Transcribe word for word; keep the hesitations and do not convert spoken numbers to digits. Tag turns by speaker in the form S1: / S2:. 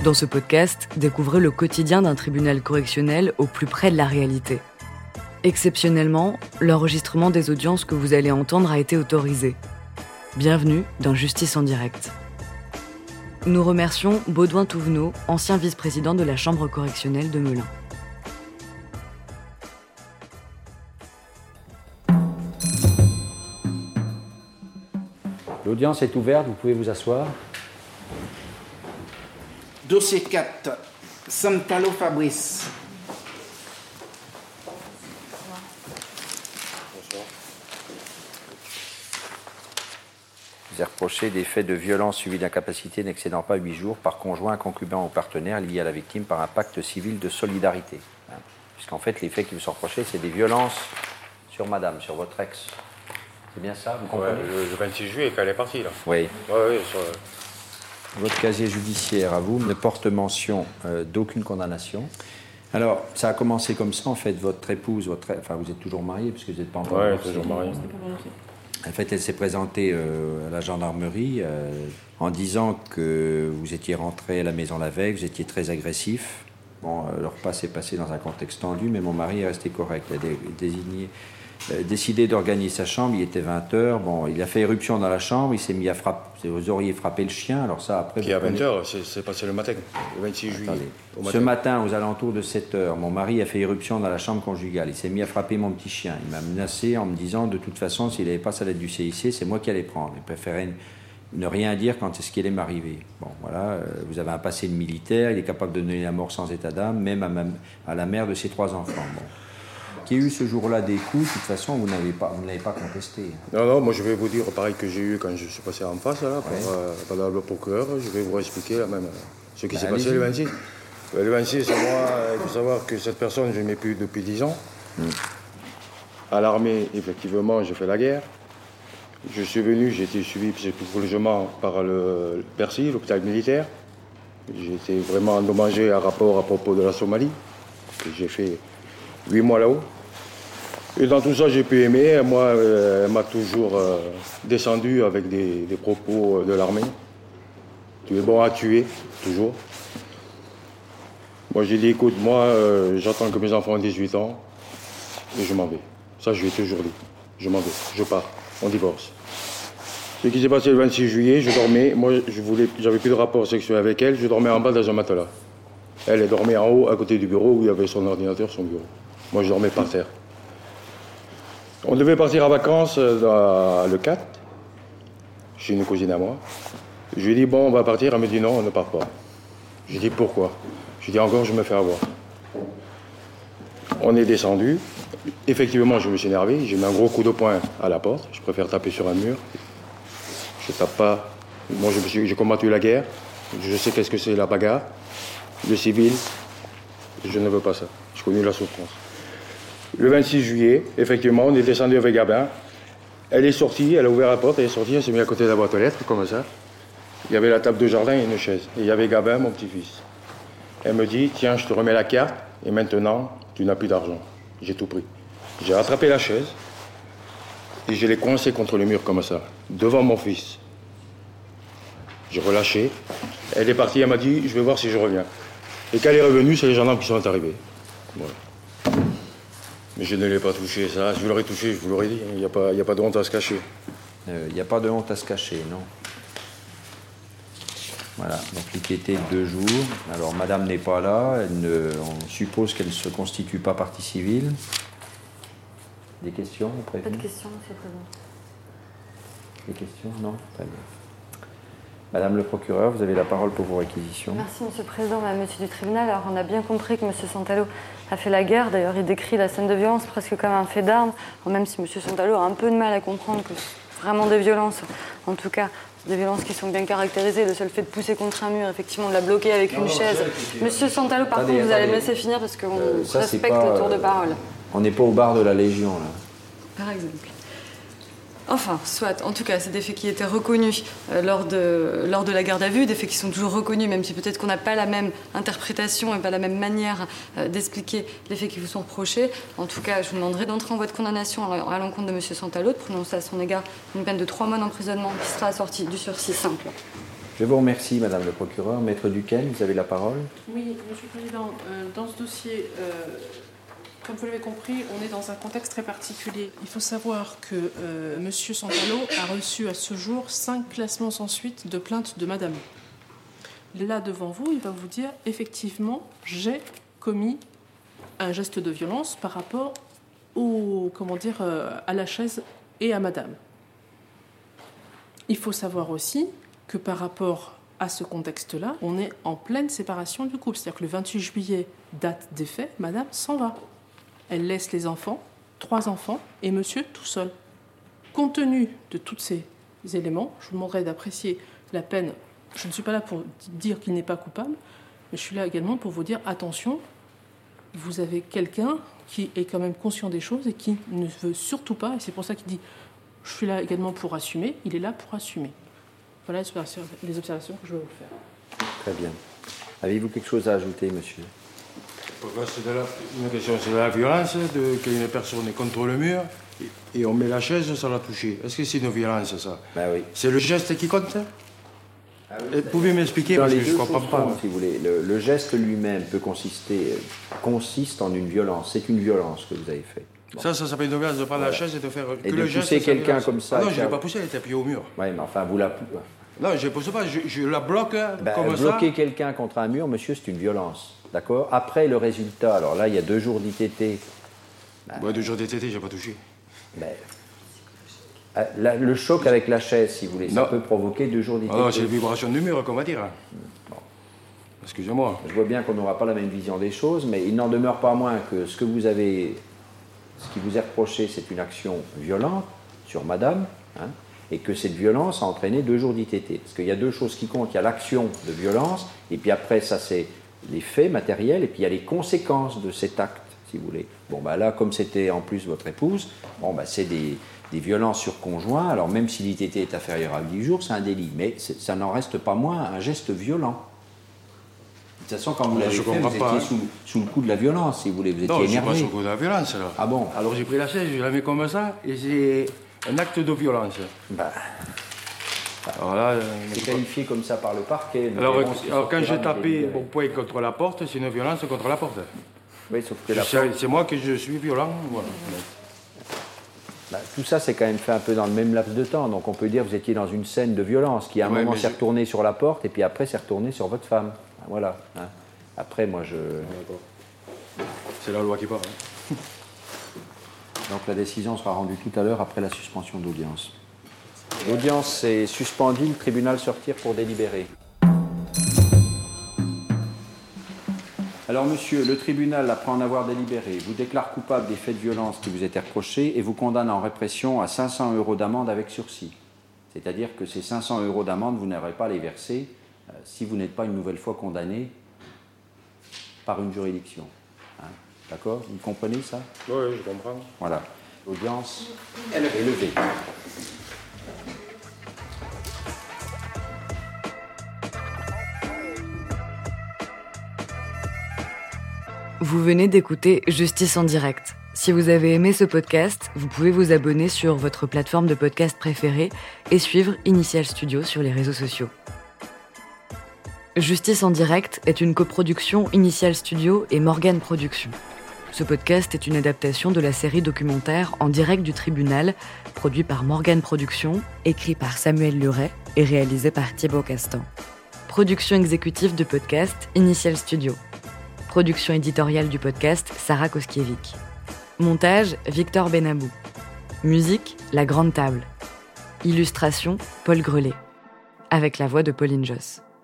S1: Dans ce podcast, découvrez le quotidien d'un tribunal correctionnel au plus près de la réalité. Exceptionnellement, l'enregistrement des audiences que vous allez entendre a été autorisé. Bienvenue dans Justice en direct. Nous remercions Baudouin Touvenot, ancien vice-président de la Chambre correctionnelle de Melun.
S2: L'audience est ouverte, vous pouvez vous asseoir.
S3: Dossier quatre, Santalo Fabrice.
S2: Vous est reproché des faits de violence suivis d'incapacité n'excédant pas huit jours par conjoint, concubin ou partenaire lié à la victime par un pacte civil de solidarité. Hein. Puisqu'en fait, les faits qui vous sont reprochés, c'est des violences sur madame, sur votre ex. C'est bien ça, vous comprenez?
S4: Ouais, le, le vingt-six juillet, quand elle est partie, là.
S2: Oui.
S4: Ouais, ouais, sur...
S2: Votre casier judiciaire, à vous, ne porte mention euh, d'aucune condamnation. Alors, ça a commencé comme ça, en fait, votre épouse, votre... enfin, vous êtes toujours marié, puisque vous n'êtes pas encore...
S4: Ouais, toujours marié.
S2: En fait, elle s'est présentée euh, à la gendarmerie euh, en disant que vous étiez rentré à la maison la veille, vous étiez très agressif. Bon, euh, le repas s'est passé dans un contexte tendu, mais mon mari est resté correct. Il a dé- désigné... Euh, décidé d'organiser sa chambre, il était vingt heures, bon, il a fait éruption dans la chambre, il s'est mis à frapper, vous auriez frappé le chien, alors ça après...
S4: Qui à vingt heures, c'est, c'est passé le matin, le vingt-six juillet.
S2: Attendez.
S4: Au matin.
S2: Ce matin, aux alentours de sept heures, mon mari a fait éruption dans la chambre conjugale, il s'est mis à frapper mon petit chien, il m'a menacé en me disant, de toute façon, s'il n'avait pas sa lettre du C I C, c'est moi qui allais prendre, il préférait ne rien dire quand est-ce qu'il allait m'arriver. Bon, voilà, euh, vous avez un passé de militaire, il est capable de donner la mort sans état d'âme, même à, ma, à la mère de ses trois enfants. Bon. Qu'il y ait eu ce jour-là des coups, de toute façon, vous, n'avez pas, vous ne l'avez pas contesté.
S4: Non, non, moi je vais vous dire pareil que j'ai eu quand je suis passé en face, là, par,
S2: Ouais.
S4: euh, par le procureur, je vais vous expliquer là même euh, ce qui
S2: Bah,
S4: s'est
S2: allez-y.
S4: passé le vingt-six. Euh, Le vingt-six, moi, euh, il faut savoir que cette personne, je n'ai plus depuis dix ans.
S2: Mm.
S4: À l'armée, effectivement, j'ai fait la guerre. Je suis venu, j'ai été suivi psychologiquement par le, le Percy, l'hôpital militaire. J'ai été vraiment endommagé à rapport à propos de la Somalie. Que j'ai fait huit mois là-haut. Et dans tout ça, j'ai pu aimer. Moi, euh, elle m'a toujours euh, descendu avec des, des propos de l'armée. Tu es bon à tuer, toujours. Moi, j'ai dit, écoute, moi, euh, j'attends que mes enfants ont dix-huit ans et je m'en vais. Ça, je lui ai toujours dit. Je m'en vais, je pars, on divorce. Ce qui s'est passé le vingt-six juillet, je dormais. Moi, je voulais, j'avais plus de rapport sexuel avec elle. Je dormais en bas dans un matelas. Elle, elle dormait en haut, à côté du bureau, où il y avait son ordinateur, son bureau. Moi, je dormais par terre. On devait partir en vacances dans le quatre, chez une cousine à moi. Je lui ai dit, bon, on va partir. Elle me dit, non, on ne part pas. J'ai dit, pourquoi? Je lui ai dit, encore, je me fais avoir. On est descendu. Effectivement, je me suis énervé. J'ai mis un gros coup de poing à la porte. Je préfère taper sur un mur. Je tape pas. Moi, je me suis- j'ai combattu la guerre. Je sais qu'est-ce que c'est la bagarre. Le civil, je ne veux pas ça. Je connais la souffrance. Le vingt-six juillet, effectivement, on est descendu avec Gabin. Elle est sortie, elle a ouvert la porte, elle est sortie, elle s'est mise à côté de la boîte aux lettres, comme ça. Il y avait la table de jardin et une chaise. Et il y avait Gabin, mon petit-fils. Elle me dit, tiens, je te remets la carte, et maintenant, tu n'as plus d'argent. J'ai tout pris. J'ai rattrapé la chaise, et je l'ai coincée contre le mur, comme ça, devant mon fils. J'ai relâché. Elle est partie, elle m'a dit, je vais voir si je reviens. Et quand elle est revenue, c'est les gendarmes qui sont arrivés. Voilà. Mais je ne l'ai pas touché, ça. Si je l'aurais touché, je vous l'aurais dit. Il n'y a pas, il n'y a pas de honte à se cacher.
S2: Il n'y a pas de honte à se cacher, non. Voilà, donc il était de deux jours. Alors, madame n'est pas là, elle ne- on suppose qu'elle ne se constitue pas partie civile. Des questions, vous
S5: Pas de
S2: prévenez?
S5: questions, Monsieur le Président.
S2: Des questions? Non? Très bien. Madame le procureur, vous avez la parole pour vos réquisitions.
S5: Merci, Monsieur le Président, Madame, Monsieur du tribunal. Alors, on a bien compris que Monsieur Santalo a fait la guerre. D'ailleurs, il décrit la scène de violence presque comme un fait d'armes. Alors, même si Monsieur Santalo a un peu de mal à comprendre que c'est vraiment des violences, en tout cas, des violences qui sont bien caractérisées. Le seul fait de pousser contre un mur, effectivement, de la bloquer avec
S2: Non,
S5: une
S2: non,
S5: chaise.
S2: c'est-
S5: Monsieur Santalo, par
S2: Attendez,
S5: contre, vous allez me
S2: attendez.
S5: laisser finir parce qu'on
S2: Euh, ça, c'est
S5: respecte
S2: pas,
S5: le tour de
S2: euh,
S5: parole.
S2: On n'est pas au bar de la Légion, là.
S5: Par exemple. Enfin, soit, en tout cas, c'est des faits qui étaient reconnus euh, lors, de, lors de la garde à vue, des faits qui sont toujours reconnus, même si peut-être qu'on n'a pas la même interprétation et pas la même manière euh, d'expliquer les faits qui vous sont reprochés. En tout cas, je vous demanderai d'entrer en voie de condamnation à, à l'encontre de M. Santalo, de prononcer à son égard une peine de trois mois d'emprisonnement qui sera assortie du sursis simple.
S2: Je vous remercie, Madame le procureur. Maître Duquesne, vous avez la parole.
S6: Oui, Monsieur le Président, euh, dans ce dossier, euh, comme vous l'avez compris, on est dans un contexte très particulier. Il faut savoir que euh, Monsieur Santalo a reçu à ce jour cinq classements sans suite de plainte de Madame. Là, devant vous, il va vous dire, effectivement, j'ai commis un geste de violence par rapport au, comment dire, euh, à la chaise et à Madame. Il faut savoir aussi que par rapport à ce contexte-là, on est en pleine séparation du couple. C'est-à-dire que le vingt-huit juillet, date des faits, Madame s'en va. Elle laisse les enfants, trois enfants, et Monsieur tout seul. Compte tenu de tous ces éléments, je vous demanderai d'apprécier la peine. Je ne suis pas là pour dire qu'il n'est pas coupable, mais je suis là également pour vous dire, attention, vous avez quelqu'un qui est quand même conscient des choses et qui ne veut surtout pas, et c'est pour ça qu'il dit, je suis là également pour assumer, il est là pour assumer. Voilà les observations que je vais vous faire.
S2: Très bien. Avez-vous quelque chose à ajouter, monsieur?
S4: C'est de la, une question, c'est de la violence, de, qu'une personne est contre le mur et, et on met la chaise sans la toucher. Est-ce que c'est une violence, ça?
S2: Ben oui.
S4: C'est le geste qui compte?
S2: Ah oui,
S4: Vous pouvez m'expliquer, parce que je ne comprends pas.
S2: Compte, si vous voulez. Le, le geste lui-même peut consister, consiste en une violence. C'est une violence que vous avez faite. Bon.
S4: Ça, ça s'appelle une violence de prendre voilà. la chaise et de faire
S2: et
S4: que
S2: de
S4: le geste.
S2: pousser quelqu'un comme ça.
S4: Ah non, je ne l'ai pas poussé, elle était appuyée au mur.
S2: Oui, mais enfin, vous la...
S4: Non, je ne pousse pas, je, je la bloque
S2: ben,
S4: comme
S2: bloquer ça. Bloquer quelqu'un contre un mur, monsieur, c'est une violence. D'accord? Après, le résultat, alors là, il y a deux jours d'I T T.
S4: Ben, ouais, deux jours d'I T T, je n'ai pas touché.
S2: Ben, la, le choc avec la chaise, si vous voulez, ça non. peut provoquer deux jours d'I T T.
S4: Ah non, c'est la vibration du mur, qu'on va dire. Bon. Excusez-moi.
S2: Je vois bien qu'on n'aura pas la même vision des choses, mais il n'en demeure pas moins que ce que vous avez... Ce qui vous est reproché, c'est une action violente sur madame, hein, et que cette violence a entraîné deux jours d'I T T. Parce qu'il y a deux choses qui comptent. Il y a l'action de violence, et puis après, ça, c'est les faits matériels, et puis il y a les conséquences de cet acte, si vous voulez. Bon, bah là, comme c'était en plus votre épouse, bon, bah, c'est des, des violences sur conjoint. Alors, même si l'I T T est inférieur à dix jours, c'est un délit. Mais ça n'en reste pas moins un geste violent. De toute façon, quand vous l'avez fait, vous étiez pas, sous, sous le coup de la violence, si vous voulez. Vous étiez
S4: non,
S2: énervé.
S4: Non, je ne suis pas sous le coup de la violence, là.
S2: Ah bon?
S4: Alors j'ai pris la chaise, je la mets comme ça, et c'est un acte de violence.
S2: Bah,
S4: alors là, euh,
S2: c'est qualifié pas... comme ça par le parquet.
S4: Alors, alors quand j'ai tapé mon poing contre la porte, c'est une violence contre la porte.
S2: Oui, sauf que la
S4: c'est,
S2: porte...
S4: c'est moi que je suis violent. Voilà.
S2: Bah, tout ça, c'est quand même fait un peu dans le même laps de temps. Donc on peut dire que vous étiez dans une scène de violence qui, à un ouais, moment, s'est je... retournée sur la porte, et puis après, s'est retournée sur votre femme. Voilà. Hein. Après, moi, je...
S4: C'est la loi qui parle. Hein.
S2: Donc la décision sera rendue tout à l'heure après la suspension d'audience. L'audience est suspendue, le tribunal sortir pour délibérer. Alors, monsieur, le tribunal, après en avoir délibéré, vous déclare coupable des faits de violence qui vous étaient reprochés et vous condamne en répression à cinq cents euros d'amende avec sursis. C'est-à-dire que ces cinq cents euros d'amende, vous n'aurez pas à les verser euh, si vous n'êtes pas une nouvelle fois condamné par une juridiction. Hein, d'accord? Vous comprenez ça?
S4: Oui, je comprends.
S2: Voilà. L'audience est levée.
S1: Vous venez d'écouter Justice en direct. Si vous avez aimé ce podcast, vous pouvez vous abonner sur votre plateforme de podcast préférée et suivre Initial Studio sur les réseaux sociaux. Justice en direct est une coproduction Initial Studio et Morgane Productions. Ce podcast est une adaptation de la série documentaire En direct du tribunal, produit par Morgane Productions, écrit par Samuel Luret et réalisé par Thibaut Castan. Production exécutive de podcast Initial Studio. Production éditoriale du podcast Sarah Koskiewicz. Montage Victor Benabou. Musique La Grande Table. Illustration Paul Grelet. Avec la voix de Pauline Josse.